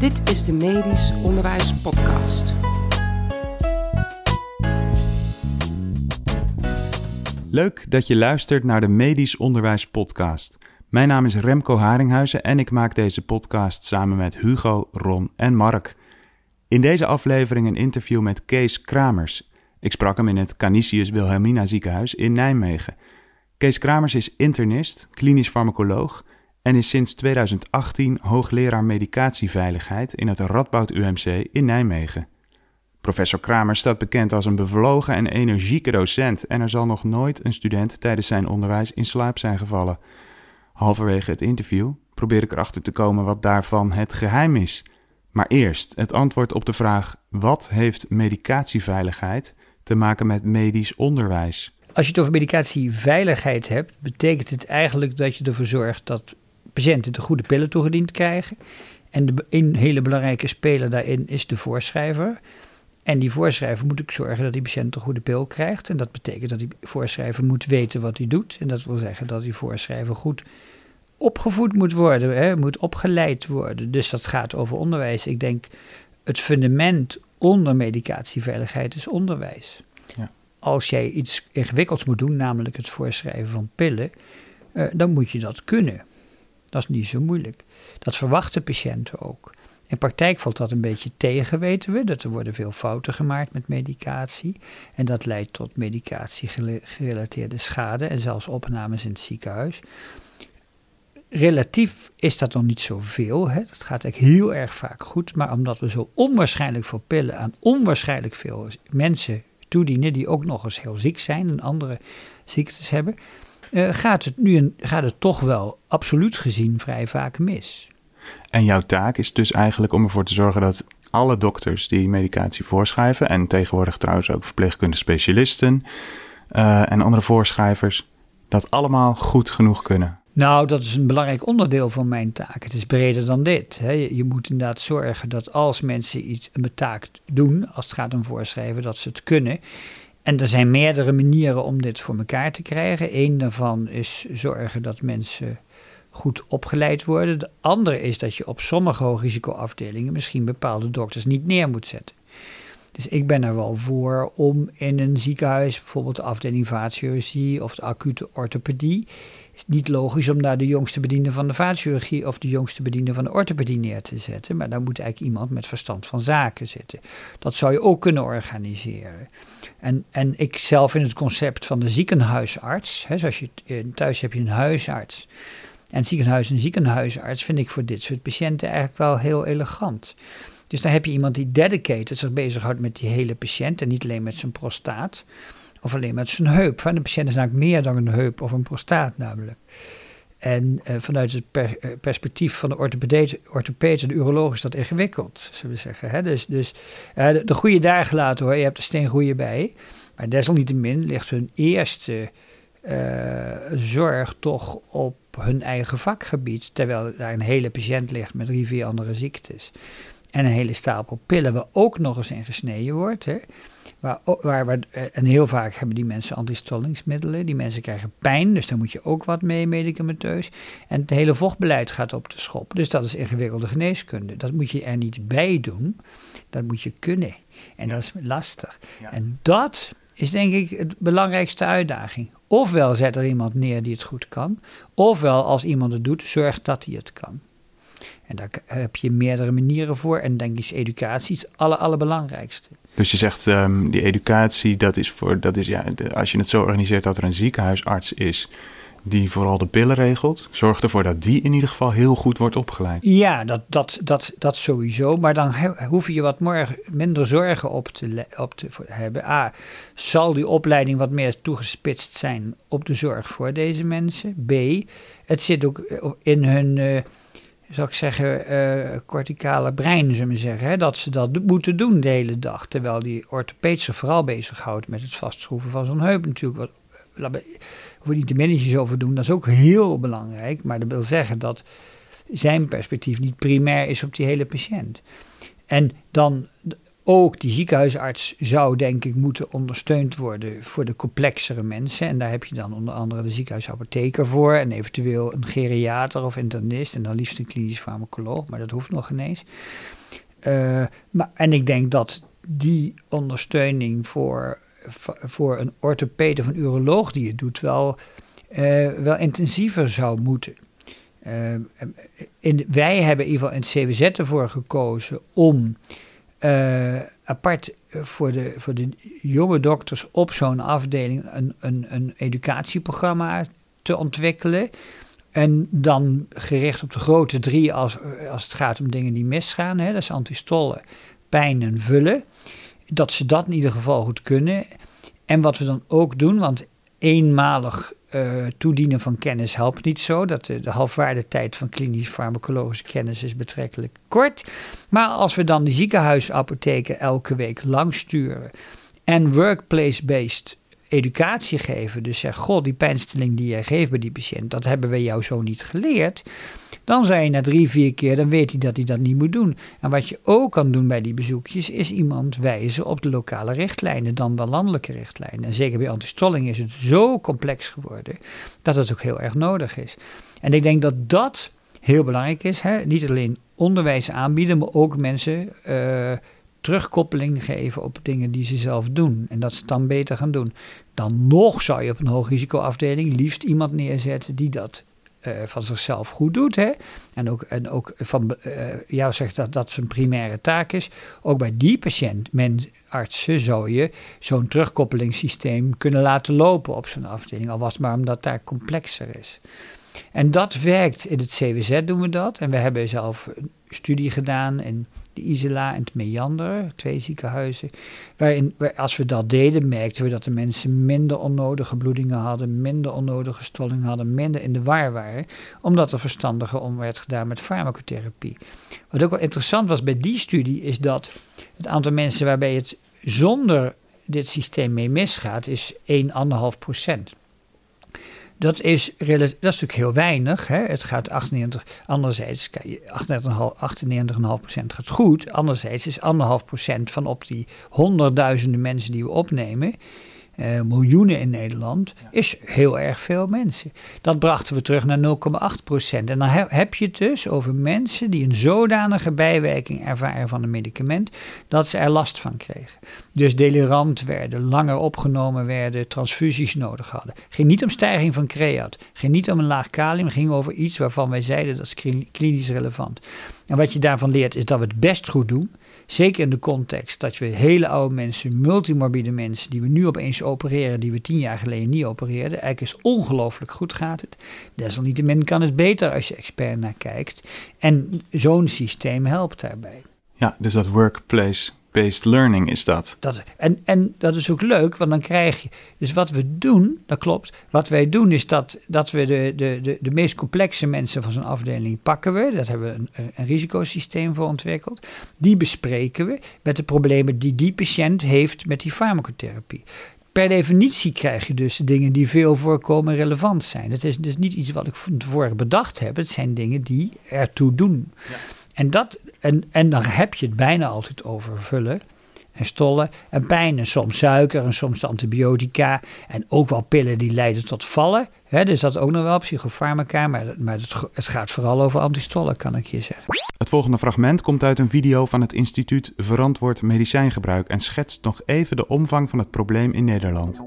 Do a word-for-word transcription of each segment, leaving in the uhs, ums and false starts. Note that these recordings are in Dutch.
Dit is de Medisch Onderwijs Podcast. Leuk dat je luistert naar de Medisch Onderwijs Podcast. Mijn naam is Remco Haringhuizen en ik maak deze podcast samen met Hugo, Ron en Mark. In deze aflevering een interview met Kees Kramers. Ik sprak hem in het Canisius Wilhelmina ziekenhuis in Nijmegen. Kees Kramers is internist, klinisch farmacoloog en is sinds tweeduizend achttien hoogleraar medicatieveiligheid in het Radboud U M C in Nijmegen. Professor Kramers staat bekend als een bevlogen en energieke docent en er zal nog nooit een student tijdens zijn onderwijs in slaap zijn gevallen. Halverwege het interview probeer ik erachter te komen wat daarvan het geheim is. Maar eerst het antwoord op de vraag: wat heeft medicatieveiligheid te maken met medisch onderwijs? Als je het over medicatieveiligheid hebt, betekent het eigenlijk dat je ervoor zorgt dat patiënten de goede pillen toegediend krijgen. En de, een hele belangrijke speler daarin is de voorschrijver. En die voorschrijver moet ook zorgen dat die patiënt een goede pil krijgt. En dat betekent dat die voorschrijver moet weten wat hij doet. En dat wil zeggen dat die voorschrijver goed opgevoed moet worden, hè, moet opgeleid worden. Dus dat gaat over onderwijs. Ik denk, het fundament onder medicatieveiligheid is onderwijs. Ja. Als jij iets ingewikkelds moet doen, namelijk het voorschrijven van pillen, uh, dan moet je dat kunnen. Dat is niet zo moeilijk. Dat verwachten patiënten ook. In praktijk valt dat een beetje tegen, weten we. Dat er worden veel fouten gemaakt met medicatie. En dat leidt tot medicatie-gerelateerde schade en zelfs opnames in het ziekenhuis. Relatief is dat nog niet zoveel. Hè. Dat gaat eigenlijk heel erg vaak goed. Maar omdat we zo onwaarschijnlijk veel pillen aan onwaarschijnlijk veel mensen toedienen, die ook nog eens heel ziek zijn en andere ziektes hebben, uh, gaat het nu een, gaat het toch wel absoluut gezien vrij vaak mis. En jouw taak is dus eigenlijk om ervoor te zorgen dat alle dokters die medicatie voorschrijven, en tegenwoordig trouwens ook verpleegkundige specialisten uh, en andere voorschrijvers, dat allemaal goed genoeg kunnen. Nou, dat is een belangrijk onderdeel van mijn taak. Het is breder dan dit. Hè. Je, je moet inderdaad zorgen dat als mensen iets, een taak doen, als het gaat om voorschrijven, dat ze het kunnen. En er zijn meerdere manieren om dit voor elkaar te krijgen. Eén daarvan is zorgen dat mensen goed opgeleid worden. De andere is dat je op sommige hoogrisicoafdelingen misschien bepaalde dokters niet neer moet zetten. Dus ik ben er wel voor om in een ziekenhuis, bijvoorbeeld de afdeling vaatchirurgie of de acute orthopedie, is niet logisch om daar de jongste bediende van de vaatchirurgie of de jongste bediende van de orthopedie neer te zetten. Maar daar moet eigenlijk iemand met verstand van zaken zitten. Dat zou je ook kunnen organiseren. En, en ik zelf in het concept van de ziekenhuisarts, hè, zoals je thuis heb je een huisarts. En het ziekenhuis een ziekenhuisarts vind ik voor dit soort patiënten eigenlijk wel heel elegant. Dus dan heb je iemand die dedicated zich bezighoudt met die hele patiënt en niet alleen met zijn prostaat of alleen met zijn heup. De patiënt is namelijk meer dan een heup of een prostaat namelijk. En uh, vanuit het per, uh, perspectief van de orthopeed en de uroloog is dat ingewikkeld, zullen we zeggen. Hè? Dus, dus uh, de, de goede daar gelaten hoor, je hebt er steengoeie bij. Maar desalniettemin ligt hun eerste uh, zorg toch op hun eigen vakgebied, terwijl daar een hele patiënt ligt met drie, vier andere ziektes. En een hele stapel pillen waar ook nog eens in gesneden wordt. Hè. Waar, waar, waar, en heel vaak hebben die mensen antistollingsmiddelen. Die mensen krijgen pijn, dus daar moet je ook wat mee medicamenteus. En het hele vochtbeleid gaat op de schop. Dus dat is ingewikkelde geneeskunde. Dat moet je er niet bij doen. Dat moet je kunnen. En dat is lastig. Ja. En dat is denk ik de belangrijkste uitdaging. Ofwel zet er iemand neer die het goed kan. Ofwel als iemand het doet, zorg dat hij het kan. En daar heb je meerdere manieren voor. En denk ik is educatie het aller, allerbelangrijkste. Dus je zegt, um, die educatie, dat is voor, dat is ja, de, als je het zo organiseert dat er een ziekenhuisarts is die vooral de pillen regelt, zorg ervoor dat die in ieder geval heel goed wordt opgeleid. Ja, dat, dat, dat, dat sowieso. Maar dan he, hoef je wat morgen minder zorgen op te, op te hebben. A, zal die opleiding wat meer toegespitst zijn op de zorg voor deze mensen? B, het zit ook in hun, uh, zou ik zeggen, uh, corticale brein, zullen we zeggen, hè, dat ze dat moeten doen de hele dag. Terwijl die orthopeed zich vooral bezighoudt met het vastschroeven van zo'n heup natuurlijk. Wat, hoef je niet te minnetjes over doen, dat is ook heel belangrijk. Maar dat wil zeggen dat zijn perspectief niet primair is op die hele patiënt. En dan ook die ziekenhuisarts zou denk ik moeten ondersteund worden voor de complexere mensen. En daar heb je dan onder andere de ziekenhuisapotheker voor en eventueel een geriater of internist en dan liefst een klinisch farmacoloog, maar dat hoeft nog ineens. Uh, maar, en ik denk dat die ondersteuning voor, voor een orthopeed of een uroloog die het doet wel, uh, wel intensiever zou moeten. Uh, in, wij hebben in ieder geval in het C W Z ervoor gekozen om uh, apart voor de, voor de jonge dokters op zo'n afdeling een, een, een educatieprogramma te ontwikkelen. En dan gericht op de grote drie als, als het gaat om dingen die misgaan. Hè, dat is antistollen, pijn en vullen. Dat ze dat in ieder geval goed kunnen. En wat we dan ook doen, want eenmalig uh, toedienen van kennis helpt niet zo. Dat de, de halfwaardetijd van klinisch farmacologische kennis is betrekkelijk kort. Maar als we dan de ziekenhuisapotheken elke week lang sturen en workplace-based educatie geven, dus zeg, goh, die pijnstilling die jij geeft bij die patiënt, dat hebben we jou zo niet geleerd. Dan zei je na drie, vier keer, dan weet hij dat hij dat niet moet doen. En wat je ook kan doen bij die bezoekjes, is iemand wijzen op de lokale richtlijnen, dan wel landelijke richtlijnen. En zeker bij antistolling is het zo complex geworden, dat het ook heel erg nodig is. En ik denk dat dat heel belangrijk is, hè? Niet alleen onderwijs aanbieden, maar ook mensen Uh, terugkoppeling geven op dingen die ze zelf doen. En dat ze het dan beter gaan doen. Dan nog zou je op een hoogrisicoafdeling liefst iemand neerzetten die dat uh, van zichzelf goed doet. Hè? En ook, en ook van, uh, ja, zegt dat dat zijn primaire taak is. Ook bij die patiënt, artsen, zou je zo'n terugkoppelingssysteem kunnen laten lopen op zo'n afdeling. Al was het maar omdat daar complexer is. En dat werkt in het C W Z, doen we dat. En we hebben zelf een studie gedaan in de Isela en het Meander, twee ziekenhuizen. Waarin, waar, als we dat deden, merkten we dat de mensen minder onnodige bloedingen hadden, minder onnodige stolling hadden, minder in de war waren, omdat er verstandiger om werd gedaan met farmacotherapie. Wat ook wel interessant was bij die studie, is dat het aantal mensen waarbij het zonder dit systeem mee misgaat, is één komma vijf procent. Dat is, dat is natuurlijk heel weinig. Hè? Het gaat achtennegentig, anderzijds, achtennegentig komma vijf procent gaat goed. Anderzijds is anderhalf procent van op die honderdduizenden mensen die we opnemen, Uh, miljoenen in Nederland, is heel erg veel mensen. Dat brachten we terug naar nul komma acht procent. En dan he, heb je het dus over mensen die een zodanige bijwerking ervaren van een medicament, dat ze er last van kregen. Dus delirant werden, langer opgenomen werden, transfusies nodig hadden. Het ging niet om stijging van creat, het ging niet om een laag kalium, het ging over iets waarvan wij zeiden dat is klinisch relevant. En wat je daarvan leert is dat we het best goed doen. Zeker in de context dat we hele oude mensen, multimorbide mensen, die we nu opeens opereren, die we tien jaar geleden niet opereerden. Eigenlijk is ongelooflijk goed gaat het. Desalniettemin kan het beter als je expert naar kijkt. En zo'n systeem helpt daarbij. Ja, dus dat workplace-based learning is dat. dat en, en dat is ook leuk, want dan krijg je. Dus wat we doen, dat klopt. Wat wij doen is dat, dat we de, de, de, de meest complexe mensen van zo'n afdeling pakken we. Dat hebben we een, een risicosysteem voor ontwikkeld. Die bespreken we met de problemen die die patiënt heeft met die farmacotherapie. Per definitie krijg je dus dingen die veel voorkomen relevant zijn. Het is dus niet iets wat ik van tevoren bedacht heb. Het zijn dingen die ertoe doen. Ja. En, dat, en, en dan heb je het bijna altijd over vullen en stollen en pijn en soms suiker en soms de antibiotica en ook wel pillen die leiden tot vallen. He, dus dat ook nog wel, psychofarmaca, maar, maar het, het gaat vooral over antistollen, kan ik je zeggen. Het volgende fragment komt uit een video van het instituut Verantwoord Medicijngebruik en schetst nog even de omvang van het probleem in Nederland.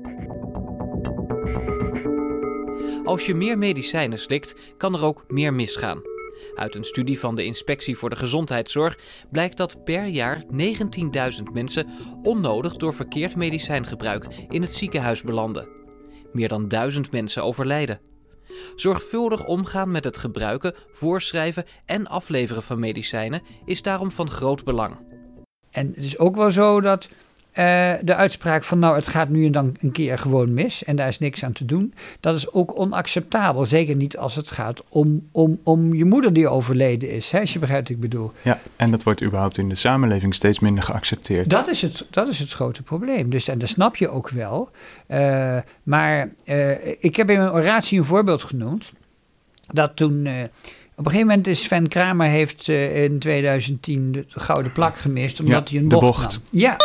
Als je meer medicijnen slikt, kan er ook meer misgaan. Uit een studie van de Inspectie voor de Gezondheidszorg blijkt dat per jaar negentienduizend mensen onnodig door verkeerd medicijngebruik in het ziekenhuis belanden. Meer dan duizend mensen overlijden. Zorgvuldig omgaan met het gebruiken, voorschrijven en afleveren van medicijnen is daarom van groot belang. En het is ook wel zo dat Uh, de uitspraak van nou het gaat nu en dan een keer gewoon mis en daar is niks aan te doen, dat is ook onacceptabel. Zeker niet als het gaat om, om, om je moeder die overleden is, hè, als je begrijpt wat ik bedoel. Ja, en dat wordt überhaupt in de samenleving steeds minder geaccepteerd. Dat is het, dat is het grote probleem. Dus, en dat snap je ook wel. Uh, maar uh, ik heb in mijn oratie een voorbeeld genoemd, dat toen Uh, Op een gegeven moment is Sven Kramer heeft uh, in tweeduizend tien de gouden plak gemist, omdat ja, hij een bocht, bocht nam. Ja.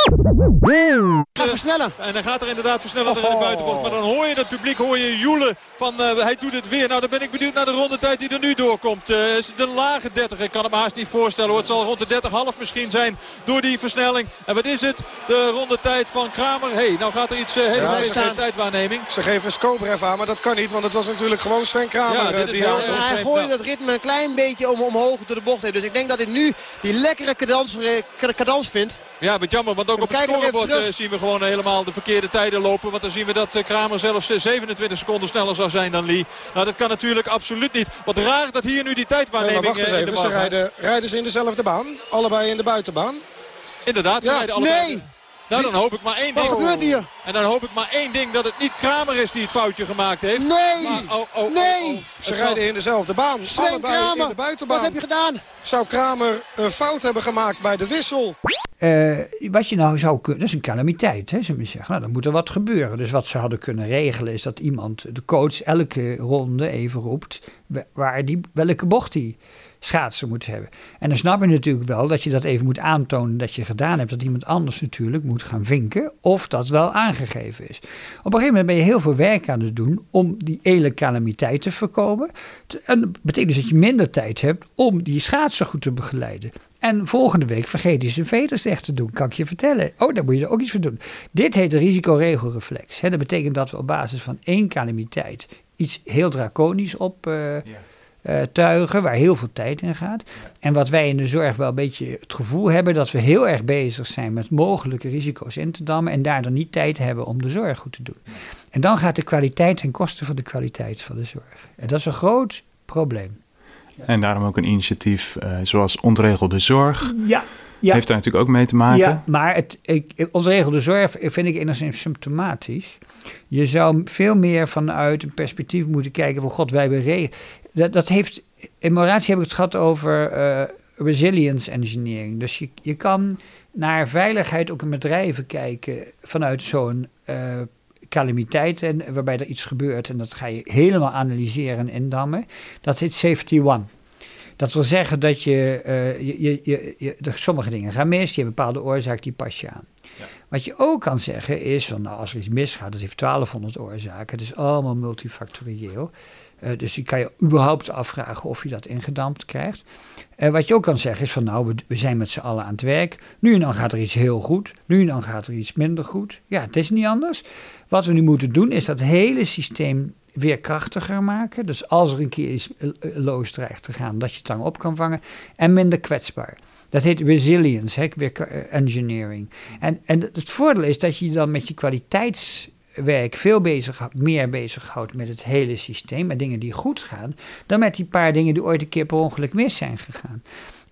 Gaat versnellen. En hij gaat er inderdaad versnellen oh. in de buitenbocht. Maar dan hoor je het publiek, hoor je joelen van uh, hij doet het weer. Nou, dan ben ik benieuwd naar de rondetijd die er nu doorkomt. Uh, de lage dertig, ik kan het me haast niet voorstellen hoor. Het zal rond de dertig komma vijf misschien zijn door die versnelling. En wat is het? De rondetijd van Kramer. Hé, hey, nou gaat er iets uh, helemaal ja, in de tijdwaarneming. Ze geven Skobrev aan, maar dat kan niet, want het was natuurlijk gewoon Sven Kramer. Ja, dit is die heel, aan... uh, hij gooide dat ritme een klein beetje om, omhoog door de bocht heen. Dus ik denk dat hij nu die lekkere cadans, cadans vindt. Ja, wat jammer, want ook op het scorebord uh, zien we gewoon helemaal de verkeerde tijden lopen. Want dan zien we dat uh, Kramer zelfs uh, zevenentwintig seconden sneller zou zijn dan Lee. Nou, dat kan natuurlijk absoluut niet. Wat raar dat hier nu die tijdwaarneming ja, wacht eens uh, even, ze rijden, rijden ze in dezelfde baan. Allebei in de buitenbaan. Inderdaad, ze ja, rijden allebei. Nee! Nou, dan hoop ik maar één ding. Wat gebeurt hier? En dan hoop ik maar één ding, dat het niet Kramer is die het foutje gemaakt heeft. Nee! Maar, oh, oh, nee! Oh, oh. Ze rijden zal... in dezelfde baan. Sven allebei Kramer, in de buitenbaan. wat heb je gedaan? Zou Kramer een fout hebben gemaakt bij de wissel? Uh, wat je nou zou kunnen, dat is een calamiteit, hè, zullen we zeggen. Nou, dan moet er wat gebeuren. Dus wat ze hadden kunnen regelen is dat iemand, de coach, elke ronde even roept waar die, welke bocht die schaatser moet hebben. En dan snap je natuurlijk wel dat je dat even moet aantonen dat je gedaan hebt, dat iemand anders natuurlijk moet gaan vinken of dat wel aangegeven is. Op een gegeven moment ben je heel veel werk aan het doen om die hele calamiteit te voorkomen. En dat betekent dus dat je minder tijd hebt om die schaatser goed te begeleiden. En volgende week vergeet hij zijn veters echt te doen, kan ik je vertellen. Oh, daar moet je er ook iets voor doen. Dit heet de risicoregelreflex. Hè. Dat betekent dat we op basis van één calamiteit iets heel draconisch op uh, ja. uh, tuigen, waar heel veel tijd in gaat. Ja. En wat wij in de zorg wel een beetje het gevoel hebben, dat we heel erg bezig zijn met mogelijke risico's in te dammen en daardoor niet tijd hebben om de zorg goed te doen. Ja. En dan gaat de kwaliteit ten koste van de kwaliteit van de zorg. En dat is een groot probleem. En daarom ook een initiatief uh, zoals Ontregelde Zorg. Ja, ja. Heeft daar natuurlijk ook mee te maken. Ja, maar het, ik, Ontregelde Zorg vind ik enigszins symptomatisch. Je zou veel meer vanuit een perspectief moeten kijken van god, wij hebben regels. Dat, dat heeft, in Moratie heb ik het gehad over uh, resilience engineering. Dus je, je kan naar veiligheid ook in bedrijven kijken vanuit zo'n uh, calamiteit en waarbij er iets gebeurt en dat ga je helemaal analyseren en indammen. Dat heet safety one. Dat wil zeggen dat je, uh, je, je, je, je sommige dingen gaan mis, je hebt een bepaalde oorzaak, die pas je aan. Ja. Wat je ook kan zeggen is, van, nou, als er iets misgaat, dat heeft twaalfhonderd oorzaken, het is allemaal multifactorieel. Uh, dus je kan je überhaupt afvragen of je dat ingedampt krijgt. Uh, wat je ook kan zeggen is van nou, we, we zijn met z'n allen aan het werk. Nu en dan gaat er iets heel goed. Nu en dan gaat er iets minder goed. Ja, het is niet anders. Wat we nu moeten doen is dat hele systeem weer krachtiger maken. Dus als er een keer iets los dreigt te gaan, dat je het dan op kan vangen. En minder kwetsbaar. Dat heet resilience, hè, weer engineering. En, en het voordeel is dat je dan met je kwaliteits werk veel bezig, meer bezighoudt met het hele systeem, met dingen die goed gaan, dan met die paar dingen die ooit een keer per ongeluk mis zijn gegaan.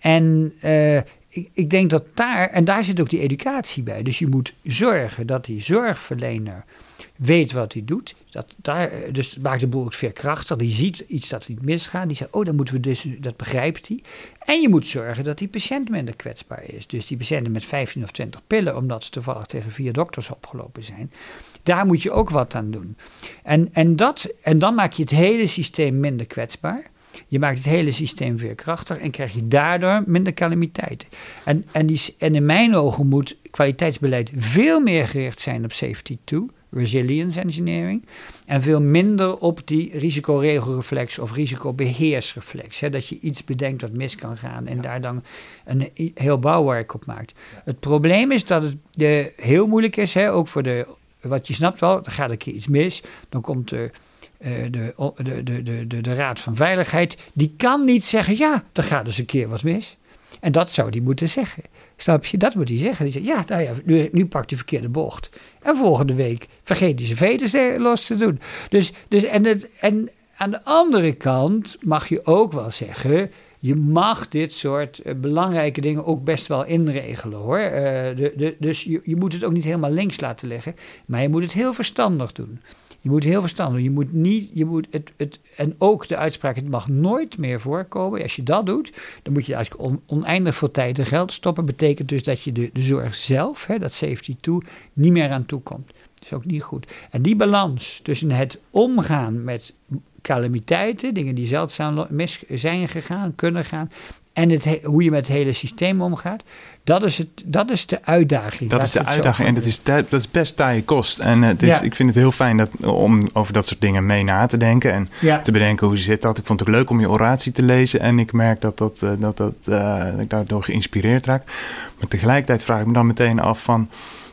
En uh, ik, ik denk dat daar, en daar zit ook die educatie bij, dus je moet zorgen dat die zorgverlener weet wat hij doet. Dat daar, dus het maakt de boel ook veerkrachtig. Die ziet iets dat niet misgaat. Die zegt, oh, dan moeten we dus, dat begrijpt hij. En je moet zorgen dat die patiënt minder kwetsbaar is. Dus die patiënten met vijftien of twintig pillen, omdat ze toevallig tegen vier dokters opgelopen zijn, daar moet je ook wat aan doen. En, en, dat, en dan maak je het hele systeem minder kwetsbaar. Je maakt het hele systeem veerkrachtig en krijg je daardoor minder calamiteiten. En, en, die, en in mijn ogen moet kwaliteitsbeleid veel meer gericht zijn op safety two, resilience engineering, en veel minder op die risicoregelreflex of risicobeheersreflex. Hè, dat je iets bedenkt wat mis kan gaan en ja. daar dan een heel bouwwerk op maakt. Ja. Het probleem is dat het de, heel moeilijk is, hè, ook voor de, wat je snapt wel, er gaat een keer iets mis, dan komt de Uh, de, de, de, de, de Raad van Veiligheid, die kan niet zeggen, ja, er gaat dus een keer wat mis. En dat zou die moeten zeggen. Snap je? Dat moet hij zeggen. Die zegt, ja, nou ja nu, nu pakt hij verkeerde bocht. En volgende week vergeet hij zijn veters los te doen. Dus, dus en, het, en aan de andere kant mag je ook wel zeggen, je mag dit soort uh, belangrijke dingen ook best wel inregelen, hoor. Uh, de, de, dus je, je moet het ook niet helemaal links laten liggen, maar je moet het heel verstandig doen. Je moet heel verstandig doen. Je moet niet, je moet het, het, en ook de uitspraak, het mag nooit meer voorkomen. Als je dat doet, dan moet je eigenlijk on, oneindig veel tijd en geld stoppen. Betekent dus dat je de, de zorg zelf, hè, dat safety two, niet meer aan toe komt. Dat is ook niet goed. En die balans tussen het omgaan met calamiteiten, dingen die zeldzaam mis zijn gegaan, kunnen gaan, en het he- hoe je met het hele systeem omgaat, dat is, het, dat is de uitdaging. Dat is de uitdaging en dat is, dat is best taaie kost. En uh, het is, ja. ik vind het heel fijn dat, om over dat soort dingen mee na te denken en ja. te bedenken hoe zit dat. Ik vond het ook leuk om je oratie te lezen en ik merk dat, dat, uh, dat, dat, uh, dat ik daardoor geïnspireerd raak. Maar tegelijkertijd vraag ik me dan meteen af van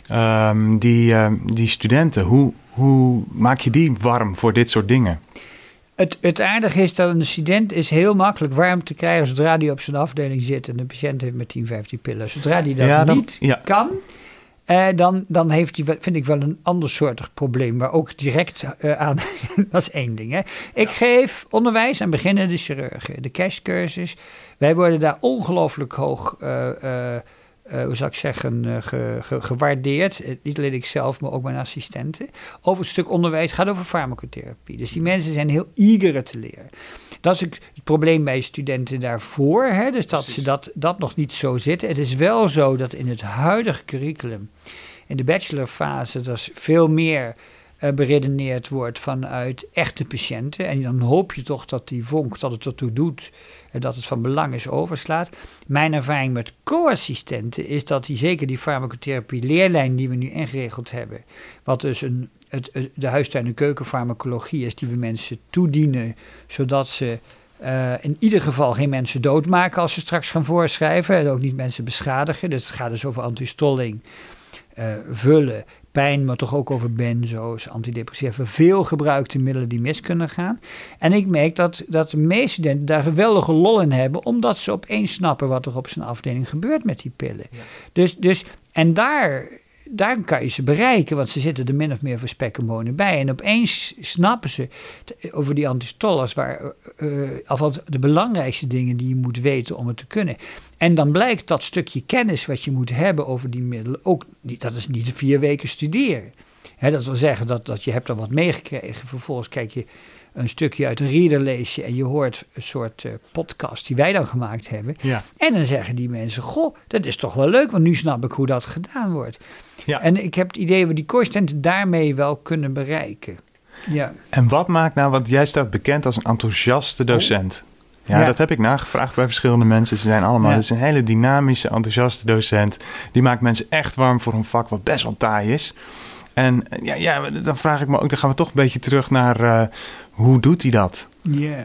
um, die, uh, die studenten, hoe, hoe maak je die warm voor dit soort dingen? Het, het aardige is dat een student is heel makkelijk warm te krijgen zodra hij op zijn afdeling zit en de patiënt heeft met tien, vijftien pillen. Zodra hij dat ja, dan, niet ja. kan, eh, dan, dan heeft hij, vind ik wel een andersoortig probleem, maar ook direct uh, aan, dat is één ding. Hè. Ik ja. geef onderwijs aan beginnende chirurgen, de cashcursus. Wij worden daar ongelooflijk hoog uh, uh, Uh, hoe zou ik zeggen, uh, ge, ge, gewaardeerd. Uh, niet alleen ik zelf, maar ook mijn assistenten. Over het stuk onderwijs gaat over farmacotherapie. Dus die mensen zijn heel eager te leren. Dat is het probleem bij studenten daarvoor. Hè? Dus dat Precies. ze dat, dat nog niet zo zitten. Het is wel zo dat in het huidige curriculum, in de bachelorfase, dat is veel meer uh, beredeneerd wordt vanuit echte patiënten. En dan hoop je toch dat die vonk, dat het ertoe doet en dat het van belang is, overslaat. Mijn ervaring met co-assistenten is dat die zeker die farmacotherapie leerlijn die we nu ingeregeld hebben, wat dus een, het, de huistuin- en keukenfarmacologie is die we mensen toedienen, zodat ze uh, in ieder geval geen mensen doodmaken als ze straks gaan voorschrijven en ook niet mensen beschadigen. Dus het gaat dus over antistolling, uh, vullen, pijn, maar toch ook over benzo's, antidepressiva, veel gebruikte middelen die mis kunnen gaan. En ik merk dat, dat de meeste studenten daar geweldige lol in hebben, omdat ze opeens snappen wat er op zijn afdeling gebeurt met die pillen. Ja. Dus, dus, en daar, daar kan je ze bereiken, want ze zitten er min of meer voor spek en bonen bij. En opeens snappen ze over die antistollers, waar uh, alvast de belangrijkste dingen die je moet weten om het te kunnen. En dan blijkt dat stukje kennis wat je moet hebben over die middelen ook niet, dat is niet vier weken studeren. He, dat wil zeggen dat, dat je hebt er wat meegekregen. Vervolgens kijk je een stukje uit een reader lees je en je hoort een soort uh, podcast die wij dan gemaakt hebben. Ja. En dan zeggen die mensen, goh, dat is toch wel leuk, want nu snap ik hoe dat gedaan wordt. Ja. En ik heb het idee dat we die co-studenten daarmee wel kunnen bereiken. Ja. En wat maakt nou, want jij staat bekend als een enthousiaste docent. Ja, ja, dat heb ik nagevraagd bij verschillende mensen. Ze zijn allemaal, ja. Het is een hele dynamische, enthousiaste docent. Die maakt mensen echt warm voor een vak wat best wel taai is. En ja, ja, dan vraag ik me ook, dan gaan we toch een beetje terug naar uh, hoe doet hij dat? Ja. Yeah.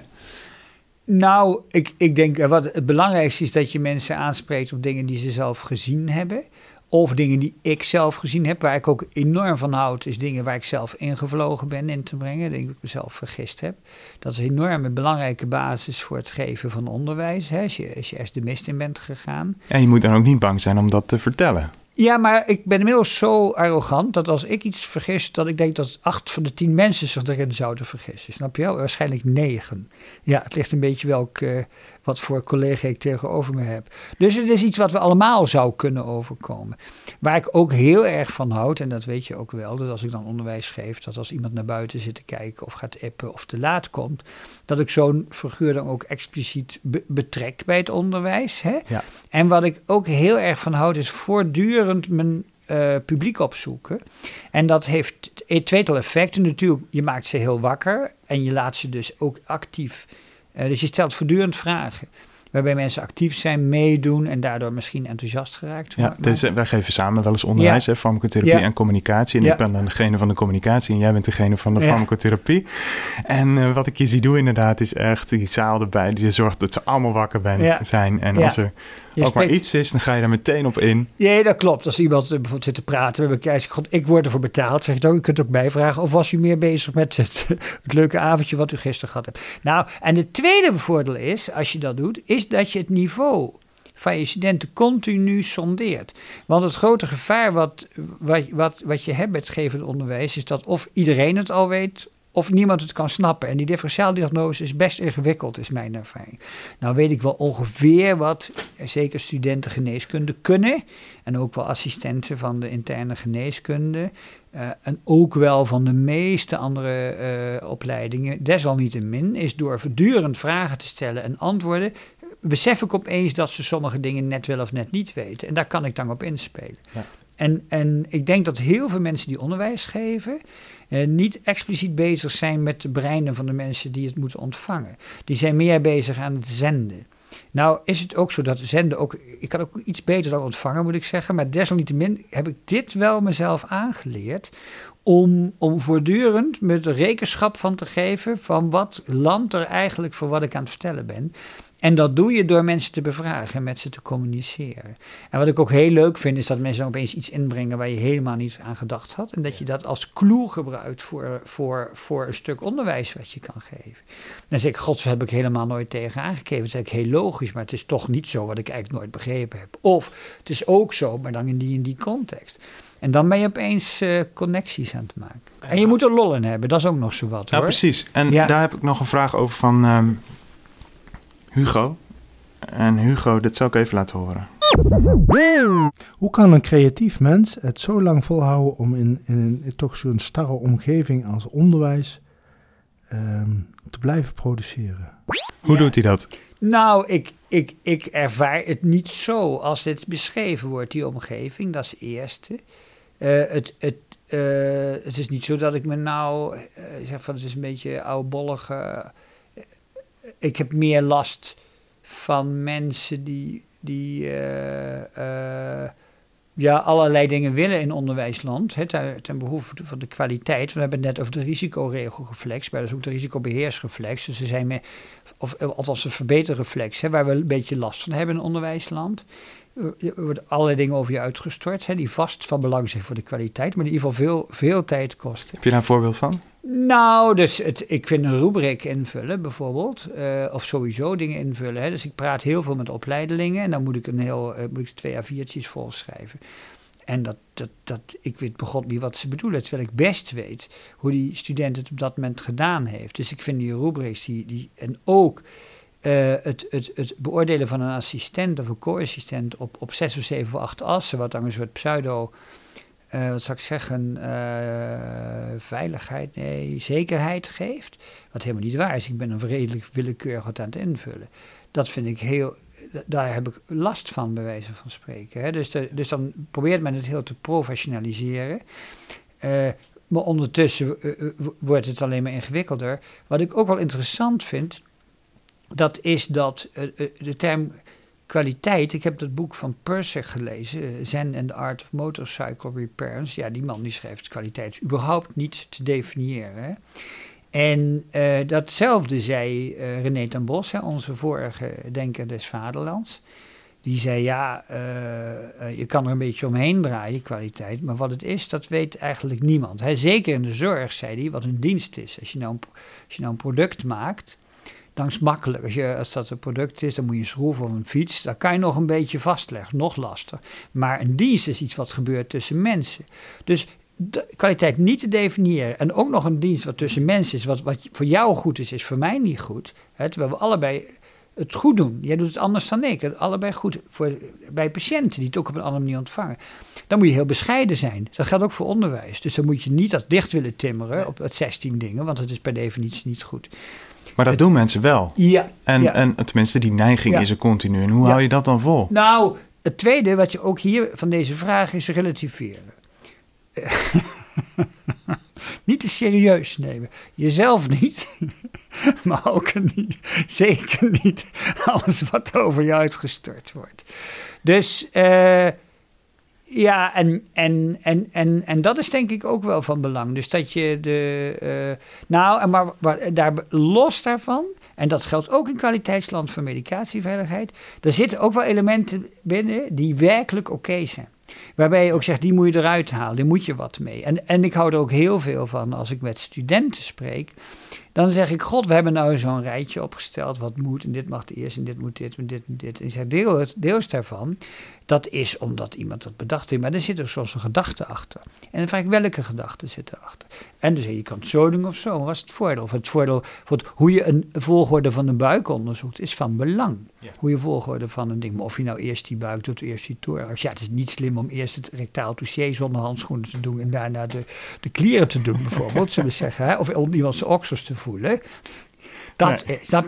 Nou, ik, ik denk wat het belangrijkste is dat je mensen aanspreekt op dingen die ze zelf gezien hebben. Of dingen die ik zelf gezien heb, waar ik ook enorm van houd, is dingen waar ik zelf ingevlogen ben in te brengen. Denk ik mezelf vergist heb. Dat is een enorme belangrijke basis voor het geven van onderwijs. Hè, als je, als je eerst de mist in bent gegaan. En je moet dan ook niet bang zijn om dat te vertellen. Ja, maar ik ben inmiddels zo arrogant dat als ik iets vergis, dat ik denk dat acht van de tien mensen zich erin zouden vergissen. Snap je wel? Waarschijnlijk negen. Ja, het ligt een beetje welk, uh, wat voor collega ik tegenover me heb. Dus het is iets wat we allemaal zou kunnen overkomen. Waar ik ook heel erg van houd, en dat weet je ook wel, dat als ik dan onderwijs geef, dat als iemand naar buiten zit te kijken of gaat appen of te laat komt, dat ik zo'n figuur dan ook expliciet be- betrek bij het onderwijs. Hè? Ja. En wat ik ook heel erg van houd, is voortdurend mijn uh, publiek opzoeken. En dat heeft een tweetal effecten. Natuurlijk, je maakt ze heel wakker en je laat ze dus ook actief. Uh, dus je stelt voortdurend vragen. Waarbij mensen actief zijn, meedoen en daardoor misschien enthousiast geraakt. Ja, dus wij geven samen wel eens onderwijs, ja. hè, farmacotherapie ja. en communicatie. En ja. ik ben dan degene van de communicatie en jij bent degene van de ja. farmacotherapie. En uh, wat ik je zie doen inderdaad is echt die zaal erbij. Die zorgt dat ze allemaal wakker ben, ja. zijn. En ja. als er je ook spreekt... maar iets is, dan ga je daar meteen op in. Ja, dat klopt. Als iemand bijvoorbeeld zit te praten met elkaar, God, ik word ervoor betaald, zeg ik ook, u kunt ook bijvragen. Of was u meer bezig met het, het leuke avondje wat u gisteren gehad hebt? Nou, en het tweede voordeel is, als je dat doet, is dat je het niveau van je studenten continu sondeert. Want het grote gevaar wat, wat, wat, wat je hebt met het geven van onderwijs is dat of iedereen het al weet, of niemand het kan snappen. En die differentiaaldiagnose is best ingewikkeld, is mijn ervaring. Nou weet ik wel ongeveer wat zeker studenten geneeskunde kunnen. En ook wel assistenten van de interne geneeskunde. Uh, en ook wel van de meeste andere uh, opleidingen. Desalniettemin is door voortdurend vragen te stellen en antwoorden, besef ik opeens dat ze sommige dingen net wel of net niet weten. En daar kan ik dan op inspelen. Ja. En, en ik denk dat heel veel mensen die onderwijs geven Uh, niet expliciet bezig zijn met de breinen van de mensen die het moeten ontvangen. Die zijn meer bezig aan het zenden. Nou is het ook zo dat zenden ook... Ik kan ook iets beter dan ontvangen, moet ik zeggen. Maar desalniettemin heb ik dit wel mezelf aangeleerd om, om voortdurend me de rekenschap van te geven van wat landt er eigenlijk voor wat ik aan het vertellen ben. En dat doe je door mensen te bevragen en met ze te communiceren. En wat ik ook heel leuk vind, is dat mensen opeens iets inbrengen waar je helemaal niet aan gedacht had. En dat je dat als clue gebruikt voor, voor, voor een stuk onderwijs wat je kan geven. Dan zeg ik, god, zo heb ik helemaal nooit tegen aangegeven. Dat is eigenlijk heel logisch, maar het is toch niet zo wat ik eigenlijk nooit begrepen heb. Of het is ook zo, maar dan in die in die context. En dan ben je opeens uh, connecties aan het maken. En je moet er lol in hebben, dat is ook nog zo wat, hoor. Ja, precies. En ja. daar heb ik nog een vraag over van um, Hugo. En Hugo, dit zal ik even laten horen. Hoe kan een creatief mens het zo lang volhouden om in, in, een, in toch zo'n starre omgeving als onderwijs um, te blijven produceren? Hoe ja. doet hij dat? Nou, ik, ik, ik ervaar het niet zo als dit beschreven wordt, die omgeving. Dat is het eerste. Uh, het, het, uh, het is niet zo dat ik me nou uh, zeg van het is een beetje oudbollig. Uh, ik heb meer last van mensen die, die uh, uh, ja, allerlei dingen willen in onderwijsland. Hè, ten, ten behoeve van de kwaliteit. We hebben het net over de risicoregelreflex, maar dat is ook de risicobeheersreflex. Dus ze zijn meer, of althans een verbeterreflex, hè, waar we een beetje last van hebben in onderwijsland. Er worden allerlei dingen over je uitgestort, hè, die vast van belang zijn voor de kwaliteit, maar die in ieder geval veel, veel tijd kosten. Heb je daar een voorbeeld van? Nou, dus het, ik vind een rubriek invullen bijvoorbeeld, uh, of sowieso dingen invullen. Hè. Dus ik praat heel veel met opleidelingen en dan moet ik een heel, uh, moet ik twee A viertjes volschrijven. En dat, dat, dat, ik weet begot niet wat ze bedoelen, terwijl ik best weet hoe die student het op dat moment gedaan heeft. Dus ik vind die rubrics, die, die, en ook Uh, het, het, het beoordelen van een assistent of een co-assistent op, op zes of zeven of acht assen, wat dan een soort pseudo, uh, wat zou ik zeggen, uh, veiligheid, nee, zekerheid geeft. Wat helemaal niet waar is. Ik ben een redelijk willekeurig wat aan het invullen. Dat vind ik heel, daar heb ik last van, bij wijze van spreken. Hè. Dus, de, dus dan probeert men het heel te professionaliseren. Uh, maar ondertussen uh, wordt het alleen maar ingewikkelder. Wat ik ook wel interessant vind, dat is dat uh, de term kwaliteit. Ik heb dat boek van Purser gelezen, uh, Zen and the Art of Motorcycle Repairs. Ja, die man die schrijft kwaliteit is überhaupt niet te definiëren. Hè? En uh, datzelfde zei uh, René ten Bos, hè, onze vorige denker des vaderlands. Die zei, ja, uh, uh, je kan er een beetje omheen draaien, kwaliteit. Maar wat het is, dat weet eigenlijk niemand. Hè? Zeker in de zorg, zei hij, wat een dienst is. Als je nou een, als je nou een product maakt, dan is het makkelijk. Als, je, als dat een product is, dan moet je een schroef of een fiets. Dat kan je nog een beetje vastleggen, nog lastig. Maar een dienst is iets wat gebeurt tussen mensen. Dus de kwaliteit niet te definiëren. En ook nog een dienst wat tussen mensen is. Wat, wat voor jou goed is, is voor mij niet goed. Hè, terwijl we allebei het goed doen. Jij doet het anders dan ik. Allebei goed voor, bij patiënten die het ook op een andere manier ontvangen. Dan moet je heel bescheiden zijn. Dat geldt ook voor onderwijs. Dus dan moet je niet dat dicht willen timmeren op het zestien dingen. Want dat is per definitie niet goed. Maar dat het, doen mensen wel. Ja. En, ja. en tenminste, die neiging ja. is er continu. En hoe ja. hou je dat dan vol? Nou, het tweede wat je ook hier van deze vraag is relativeren. Niet te serieus nemen. Jezelf niet, maar ook niet, zeker niet alles wat over je uitgestort wordt. Dus uh, ja, en, en, en, en, en dat is denk ik ook wel van belang. Dus dat je de, uh, nou, maar, maar daar, los daarvan, en dat geldt ook in kwaliteitsland voor medicatieveiligheid, er zitten ook wel elementen binnen die werkelijk oké okay zijn. Waarbij je ook zegt, die moet je eruit halen, daar moet je wat mee. En, en ik hou er ook heel veel van als ik met studenten spreek. Dan zeg ik, god, we hebben nou zo'n rijtje opgesteld. Wat moet en dit mag eerst en dit moet dit en dit en dit. En ik zeg, deel, deels daarvan, dat is omdat iemand dat bedacht heeft. Maar er zit er soms een gedachte achter. En dan vraag ik, welke gedachten zitten erachter? En dan zeg je, je kan het zo doen of zo. Wat is het voordeel? Of het voordeel, hoe je een volgorde van de buik onderzoekt, is van belang. Ja. Hoe je volgorde van een ding, maar of je nou eerst die buik doet, eerst die thorax. Ja, het is niet slim om eerst het rectaal touché zonder handschoenen te doen en daarna de, de klieren te doen bijvoorbeeld, zullen we zeggen. Hè? Of iemand zijn oksels te voelen. Dat, nee. Snap je?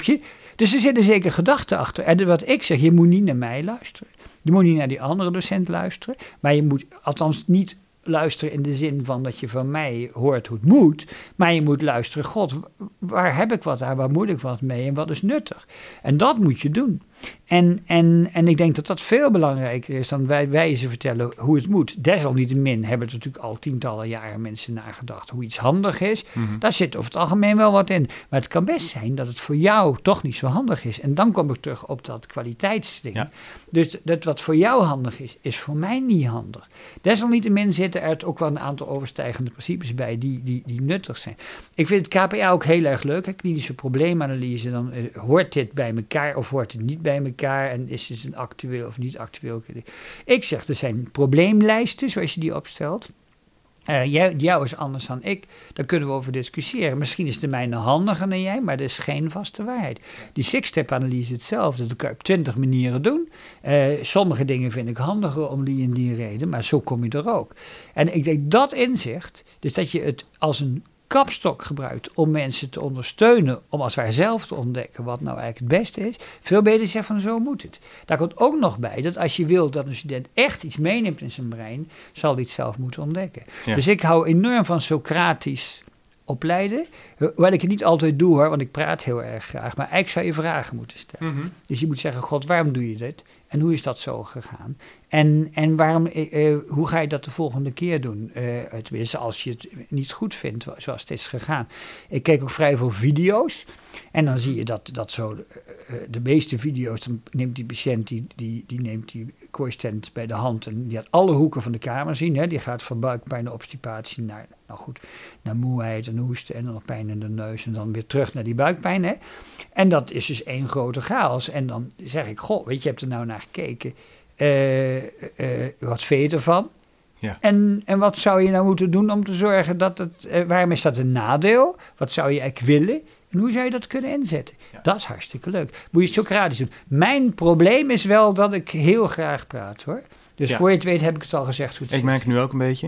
Dus er zitten zeker gedachten achter. En wat ik zeg, je moet niet naar mij luisteren. Je moet niet naar die andere docent luisteren. Maar je moet althans niet luisteren in de zin van dat je van mij hoort hoe het moet. Maar je moet luisteren, God, waar heb ik wat aan? Waar moet ik wat mee? En wat is nuttig? En dat moet je doen. En, en, en ik denk dat dat veel belangrijker is dan wij wijzen vertellen hoe het moet. Desalniettemin hebben er natuurlijk al tientallen jaren mensen nagedacht hoe iets handig is. Mm-hmm. Daar zit over het algemeen wel wat in. Maar het kan best zijn dat het voor jou toch niet zo handig is. En dan kom ik terug op dat kwaliteitsding. Ja. Dus dat wat voor jou handig is, is voor mij niet handig. Desalniettemin zitten er ook wel een aantal overstijgende principes bij die, die, die nuttig zijn. Ik vind het K P A ook heel erg leuk. Hè? Klinische probleemanalyse. Dan uh, hoort dit bij elkaar of hoort het niet bij elkaar? En is het een actueel of niet actueel? Ik zeg, er zijn probleemlijsten, zoals je die opstelt. Uh, jij, jou is anders dan ik. Daar kunnen we over discussiëren. Misschien is de mijne handiger dan jij, maar dat is geen vaste waarheid. Die six-step-analyse hetzelfde. Dat kan je op twintig manieren doen. Uh, sommige dingen vind ik handiger om die en die reden, maar zo kom je er ook. En ik denk dat inzicht, dus dat je het als een kapstok gebruikt om mensen te ondersteunen, om als wij zelf te ontdekken wat nou eigenlijk het beste is, veel beter zegt van zo moet het. Daar komt ook nog bij dat als je wil dat een student echt iets meeneemt in zijn brein, zal hij het zelf moeten ontdekken. Ja. Dus ik hou enorm van Socratisch opleiden, wat ik het niet altijd doe hoor, want ik praat heel erg graag, maar eigenlijk zou je vragen moeten stellen. Mm-hmm. Dus je moet zeggen, God, waarom doe je dit? En hoe is dat zo gegaan? En, en waarom, uh, hoe ga je dat de volgende keer doen? Uh, tenminste, als je het niet goed vindt, zoals het is gegaan. Ik kijk ook vrij veel video's. En dan zie je dat, dat zo, uh, de meeste video's, dan neemt die patiënt, die, die, die neemt die kooistent bij de hand. En die gaat alle hoeken van de kamer zien. Hè? Die gaat van buikpijn naar obstipatie naar, nou goed, naar moeheid en hoesten en dan nog pijn in de neus. En dan weer terug naar die buikpijn. Hè? En dat is dus één grote chaos. En dan zeg ik, goh, weet je, je hebt er nou naar gekeken. Uh, uh, wat vind je ervan? Ja. En, en wat zou je nou moeten doen om te zorgen dat het... Uh, waarom is dat een nadeel? Wat zou je eigenlijk willen? En hoe zou je dat kunnen inzetten? Ja. Dat is hartstikke leuk. Moet je het Socratisch doen. Mijn probleem is wel dat ik heel graag praat, hoor. Dus ja. Voor je het weet heb ik het al gezegd hoe het Ik zit. merk nu ook een beetje.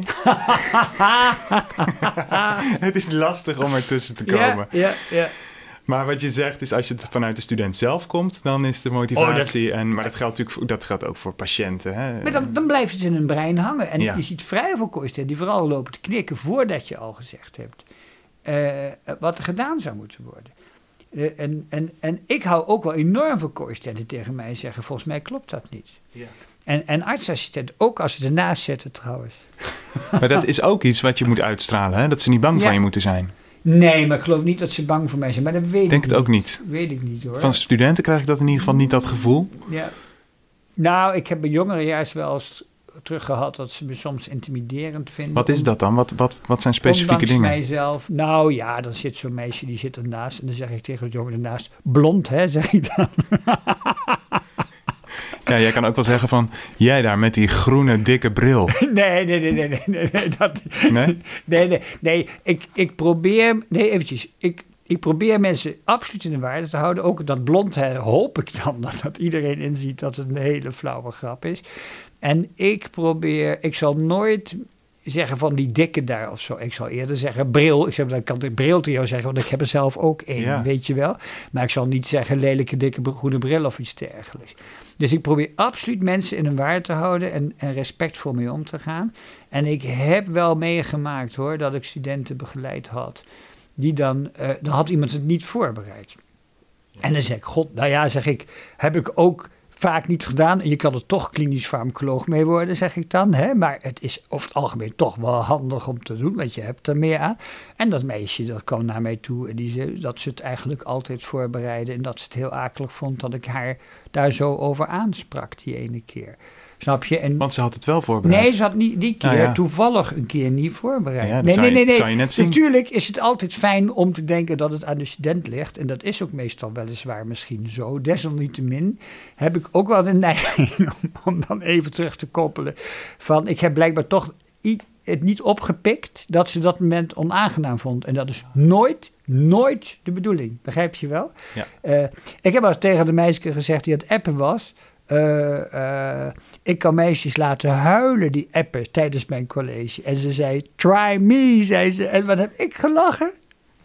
Het is lastig om ertussen te komen. Ja, ja, ja. Maar wat je zegt is, als je het vanuit de student zelf komt, dan is de motivatie. Oh, dat, en, maar dat geldt natuurlijk dat geldt ook voor patiënten. Hè? Maar dan, dan blijft het in hun brein hangen. En ja. Je ziet vrij veel kooisten die vooral lopen te knikken voordat je al gezegd hebt uh, wat er gedaan zou moeten worden. Uh, en, en, en ik hou ook wel enorm veel kooistenten tegen mij zeggen, volgens mij klopt dat niet. Ja. En, en artsassistenten, ook als ze ernaast zetten trouwens. Maar dat is ook iets wat je moet uitstralen, hè? Dat ze niet bang ja. van je moeten zijn. Nee, maar ik geloof niet dat ze bang voor mij zijn. Maar dat weet Denk ik het niet. ook niet. Weet ik niet hoor. Van studenten krijg ik dat in ieder geval niet dat gevoel. Ja. Nou, ik heb bij jongerejaars wel eens terug gehad dat ze me soms intimiderend vinden. Wat is dat dan? Wat, wat, wat zijn specifieke Ondanks dingen? Mijzelf. Nou ja, dan zit zo'n meisje die zit ernaast. En dan zeg ik tegen het jongen ernaast, blond hè, zeg ik dan. Ja, jij kan ook wel zeggen van, jij daar met die groene dikke bril. Nee, nee, nee, nee, nee, nee, nee, dat, nee? nee, nee, nee, ik, ik probeer, nee, eventjes, ik, ik probeer mensen absoluut in de waarde te houden. Ook dat blond hè, hoop ik dan dat, dat iedereen inziet dat het een hele flauwe grap is. En ik probeer, ik zal nooit zeggen van die dikke daar of zo. Ik zal eerder zeggen bril. Ik zeg, dan kan ik bril te jou zeggen, want ik heb er zelf ook één, ja. Weet je wel. Maar ik zal niet zeggen lelijke dikke groene bril of iets dergelijks. Dus ik probeer absoluut mensen in hun waarde te houden en, en respectvol mee om te gaan. En ik heb wel meegemaakt hoor, dat ik studenten begeleid had. Die dan, uh, dan had iemand het niet voorbereid. Ja. En dan zeg ik, god, nou ja, zeg ik, heb ik ook vaak niet gedaan. En je kan er toch klinisch farmacoloog mee worden, zeg ik dan. Hè? Maar het is over het algemeen toch wel handig om te doen, want je hebt er meer aan. En dat meisje, dat kwam naar mij toe en die zei dat ze het eigenlijk altijd voorbereidde en dat ze het heel akelig vond dat ik haar daar zo over aansprak die ene keer. Snap je? En want ze had het wel voorbereid. Nee, ze had niet, die keer ah, ja. toevallig een keer niet voorbereid. Ja, nee, nee, nee, nee, nee. Zou je net zien. Natuurlijk is het altijd fijn om te denken dat het aan de student ligt. En dat is ook meestal weliswaar misschien zo. Desalniettemin heb ik ook wel de neiging om, om dan even terug te koppelen. Van ik heb blijkbaar toch het niet opgepikt dat ze dat moment onaangenaam vond. En dat is nooit, nooit de bedoeling. Begrijp je wel? Ja. Uh, ik heb al tegen de meisje gezegd die aan het appen was. Uh, uh, ik kan meisjes laten huilen die appen tijdens mijn college. En ze zei, try me, zei ze. En wat heb ik gelachen?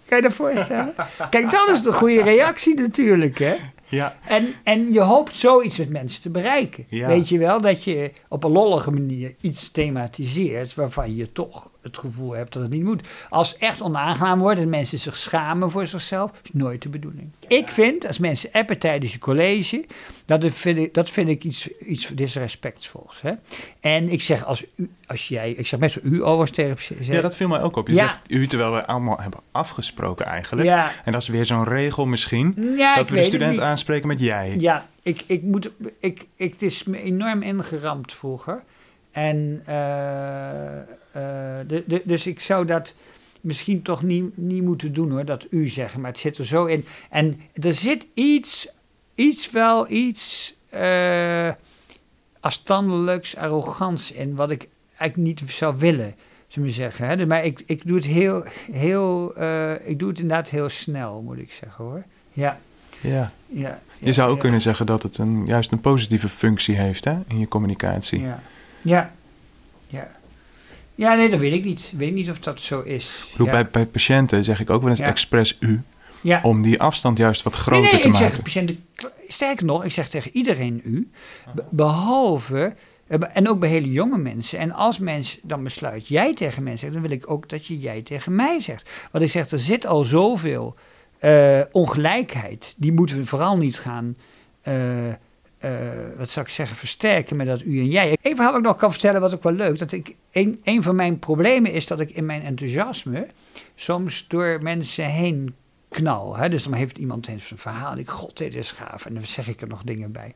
Kan je dat voorstellen? Kijk, dat is de goede reactie natuurlijk, hè? Ja. En, en je hoopt zoiets met mensen te bereiken. Ja. Weet je wel, dat je op een lollige manier iets thematiseert waarvan je toch het gevoel hebt dat het niet moet. Als het echt onaangenaam wordt en mensen zich schamen voor zichzelf, is nooit de bedoeling. Ik vind, als mensen appen tijdens je college, dat vind ik, dat vind ik iets, iets disrespectvols. Hè? En ik zeg als u, als jij, ik zeg meestal u overigens tegen je. Ja, dat viel mij ook op. Je Ja. zegt u, terwijl we allemaal hebben afgesproken eigenlijk. Ja. En dat is weer zo'n regel misschien, Ja, dat ik we de weet het student niet. aanspreken met jij. Ja, ik, ik moet, ik, ik, het is me enorm ingeramd vroeger. En uh, uh, de, de, dus ik zou dat misschien toch niet, niet moeten doen hoor, dat u zeggen. Maar het zit er zo in. En er zit iets, iets wel iets uh, afstandelijks, arrogants in, wat ik eigenlijk niet zou willen, zullen we zeggen. Hè? Maar ik, ik doe het heel, heel, uh, ik doe het inderdaad heel snel, moet ik zeggen hoor. Ja. Ja. Ja, Je ja, zou ook ja. kunnen zeggen dat het een, juist een positieve functie heeft hè, in je communicatie. Ja. Ja. Ja. Ja, nee, dat weet ik niet. Ik weet niet of dat zo is. Ik bedoel, ja. bij, bij patiënten zeg ik ook wel eens Ja. expres u, ja. om die afstand juist wat groter nee, nee, te ik maken. zeg patiënten, sterker nog, ik zeg tegen iedereen u, be- behalve, eh, en ook bij hele jonge mensen. En als mensen dan besluit jij tegen mensen zegt, dan wil ik ook dat je jij tegen mij zegt. Want ik zeg, er zit al zoveel uh, ongelijkheid. Die moeten we vooral niet gaan, uh, uh, wat zou ik zeggen, versterken met dat u en jij. Even had ik nog kan vertellen, wat ook wel leuk. Dat ik, een, een van mijn problemen is dat ik in mijn enthousiasme soms door mensen heen knal. Hè? Dus dan heeft iemand heeft een verhaal. En ik, god, dit is gaaf. En dan zeg ik er nog dingen bij.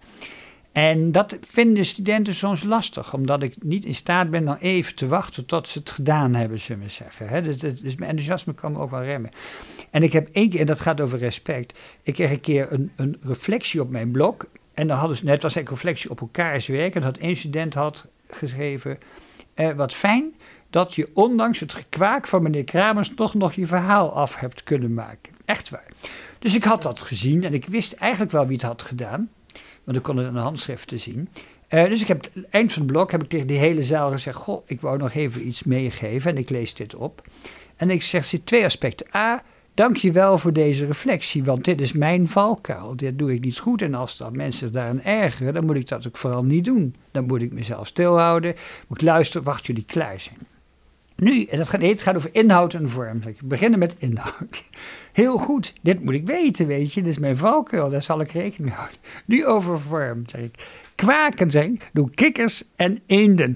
En dat vinden studenten soms lastig. Omdat ik niet in staat ben dan even te wachten tot ze het gedaan hebben, zullen we zeggen. Hè? Dus, dus mijn enthousiasme kan me ook wel remmen. En ik heb één keer, en dat gaat over respect. Ik kreeg een keer een, een reflectie op mijn blog. En dan hadden ze, net was een reflectie op elkaars werk. En dat één student had geschreven, eh, wat fijn dat je ondanks het gekwaak van meneer Kramers toch nog je verhaal af hebt kunnen maken. Echt waar. Dus ik had dat gezien en ik wist eigenlijk wel wie het had gedaan. Want ik kon het aan de handschriften zien. Uh, dus ik heb, eind van het blok heb ik tegen die hele zaal gezegd, goh, ik wou nog even iets meegeven en ik lees dit op. En ik zeg, er zitten twee aspecten. A, dank je wel voor deze reflectie, want dit is mijn valkuil. Dit doe ik niet goed en als dan mensen zich daaraan ergeren, dan moet ik dat ook vooral niet doen. Dan moet ik mezelf stilhouden, moet ik luisteren, wacht jullie klaar zijn. Nu, en dat gaat, het gaat over inhoud en vorm. We beginnen met inhoud. Heel goed, dit moet ik weten, weet je. Dit is mijn valkuil, daar zal ik rekening mee houden. Nu over vorm, zeg ik. Kwaken, zeg ik, doen kikkers en eenden.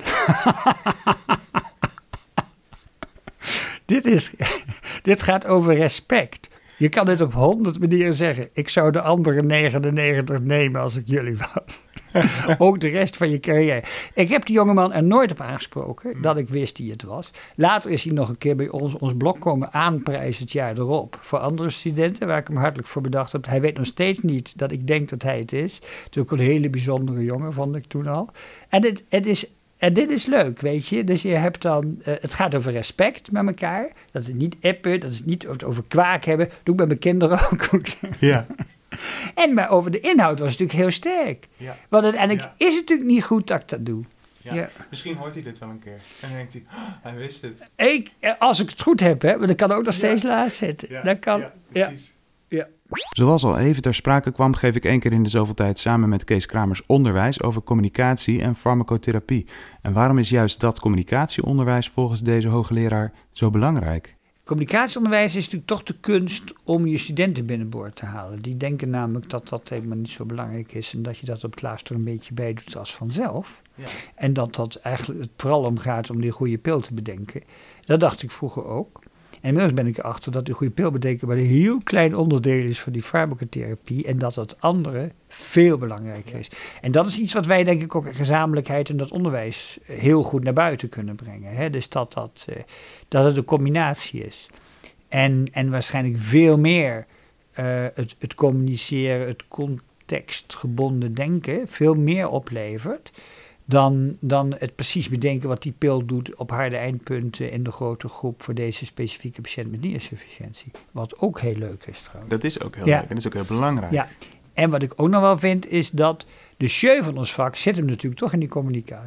dit, is, dit gaat over respect. Je kan dit op honderd manieren zeggen. Ik zou de andere negenennegentig nemen als ik jullie was. Ook de rest van je carrière. Ik heb die jongeman er nooit op aangesproken dat ik wist wie het was. Later is hij nog een keer bij ons, ons blok komen aanprijzen het jaar erop. Voor andere studenten, waar ik hem hartelijk voor bedacht heb. Hij weet nog steeds niet dat ik denk dat hij het is. Het is ook een hele bijzondere jongen, vond ik toen al. En het, het is... En dit is leuk, weet je. Dus je hebt dan, uh, het gaat over respect met elkaar. Dat is niet appen, dat is niet over kwaak hebben. Dat doe ik bij mijn kinderen ook. Ja. En maar over de inhoud was het natuurlijk heel sterk. Ja. Want uiteindelijk Ja. is het natuurlijk niet goed dat ik dat doe. Ja. Ja. Misschien hoort hij dit wel een keer. En dan denkt hij, oh, hij wist het. Ik, als ik het goed heb, hè, maar dat kan ook nog steeds Ja. laat zitten. Ja, Dat kan. ja, Ja. precies. Ja. Zoals al even ter sprake kwam, geef ik één keer in de zoveel tijd samen met Kees Kramers onderwijs over communicatie en farmacotherapie. En waarom is juist dat communicatieonderwijs volgens deze hoogleraar zo belangrijk? Communicatieonderwijs is natuurlijk toch de kunst om je studenten binnenboord te halen. Die denken namelijk dat dat helemaal niet zo belangrijk is en dat je dat op het laatst er een beetje bij doet als vanzelf. Ja. En dat dat eigenlijk het vooral om gaat om die goede pil te bedenken. Dat dacht ik vroeger ook. En inmiddels ben ik erachter dat die goede pil bedenken maar een heel klein onderdeel is van die farmacotherapie en dat het andere veel belangrijker is. En dat is iets wat wij denk ik ook in gezamenlijkheid in dat onderwijs heel goed naar buiten kunnen brengen. Hè? Dus dat, dat, uh, dat het een combinatie is. En, en waarschijnlijk veel meer uh, het, het communiceren, het contextgebonden denken veel meer oplevert Dan, dan het precies bedenken wat die pil doet op harde eindpunten in de grote groep voor deze specifieke patiënt met nierinsufficiëntie. Wat ook heel leuk is trouwens. Dat is ook heel Ja. leuk en dat is ook heel belangrijk. Ja, en wat ik ook nog wel vind is dat de jeu van ons vak zit hem natuurlijk toch in die communicatie.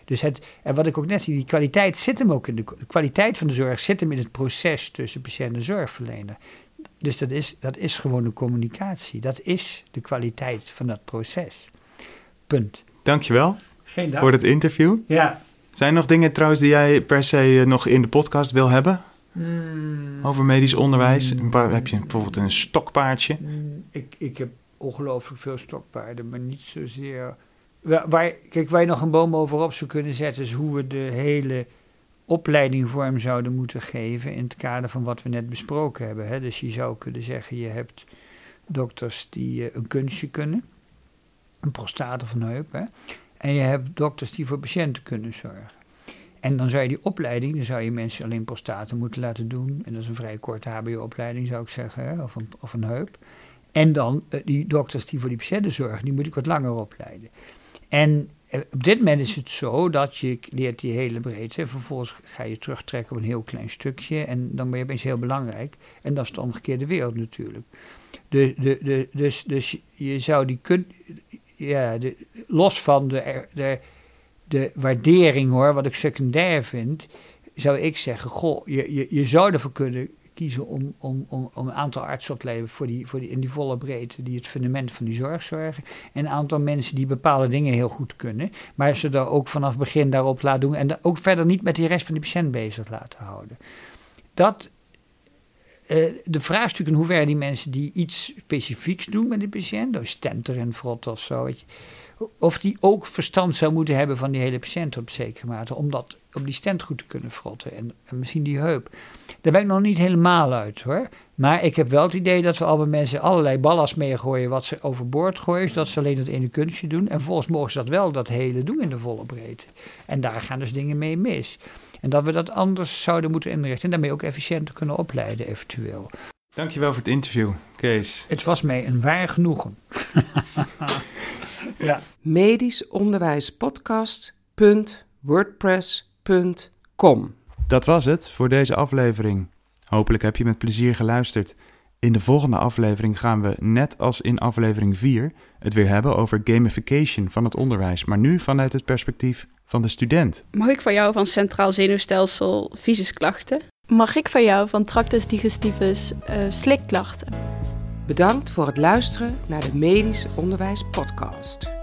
Dus het, en wat ik ook net zie, die kwaliteit zit hem ook in de, de kwaliteit van de zorg zit hem in het proces tussen patiënt en zorgverlener. Dus dat is, dat is gewoon de communicatie. Dat is de kwaliteit van dat proces. Punt. Dankjewel Geen dank. voor het interview. Ja. Zijn er nog dingen trouwens die jij per se nog in de podcast wil hebben? Hmm. Over medisch onderwijs? Hmm. Waar, heb je bijvoorbeeld een stokpaardje? Hmm. Ik, ik heb ongelooflijk veel stokpaarden, maar niet zozeer... Waar, waar, kijk, waar je nog een boom over op zou kunnen zetten... is hoe we de hele opleiding vorm zouden moeten geven... in het kader van wat we net besproken hebben. Hè? Dus je zou kunnen zeggen, je hebt dokters die uh, een kunstje kunnen... een prostaat of een heup, hè? En je hebt dokters die voor patiënten kunnen zorgen. En dan zou je die opleiding, dan zou je mensen alleen prostaten moeten laten doen. En dat is een vrij korte H B O-opleiding, zou ik zeggen, hè? Of, een, of een heup. En dan uh, die dokters die voor die patiënten zorgen, die moet ik wat langer opleiden. En uh, op dit moment is het zo dat je leert die hele breedte. Vervolgens ga je terugtrekken op een heel klein stukje. En dan ben je opeens heel belangrijk. En dat is de omgekeerde wereld natuurlijk. De, de, de, dus, dus je zou die kun, ja, de, los van de, de, de waardering hoor, wat ik secundair vind, zou ik zeggen, goh, je, je, je zou ervoor kunnen kiezen om, om, om, om een aantal artsen op te leiden voor die, voor die, in die volle breedte, die het fundament van die zorg zorgen. En een aantal mensen die bepaalde dingen heel goed kunnen, maar ze daar ook vanaf begin daarop laten doen en ook verder niet met die rest van die patiënt bezig laten houden. Dat, uh, de vraag is natuurlijk in hoeverre die mensen die iets specifieks doen met die patiënt, door stenter en vrot of zo, weet je, of die ook verstand zou moeten hebben van die hele patiënt op zekere mate, om, dat, om die stent goed te kunnen frotten en, en misschien die heup. Daar ben ik nog niet helemaal uit hoor. Maar ik heb wel het idee dat we al bij mensen allerlei ballast meegooien wat ze overboord gooien, zodat ze alleen dat ene kunstje doen. En volgens mogen ze dat wel dat hele doen in de volle breedte. En daar gaan dus dingen mee mis. En dat we dat anders zouden moeten inrichten en daarmee ook efficiënter kunnen opleiden eventueel. Dankjewel voor het interview, Kees. Het was mij een waar genoegen. Ja. medisch onderwijs podcast punt wordpress punt com. Dat was het voor deze aflevering. Hopelijk heb je met plezier geluisterd. In de volgende aflevering gaan we, net als in aflevering vier, het weer hebben over gamification van het onderwijs, maar nu vanuit het perspectief van de student. Mag ik van jou van centraal zenuwstelsel visusklachten? Mag ik van jou van tractus digestivus uh, slikklachten? Bedankt voor het luisteren naar de Medisch Onderwijs Podcast.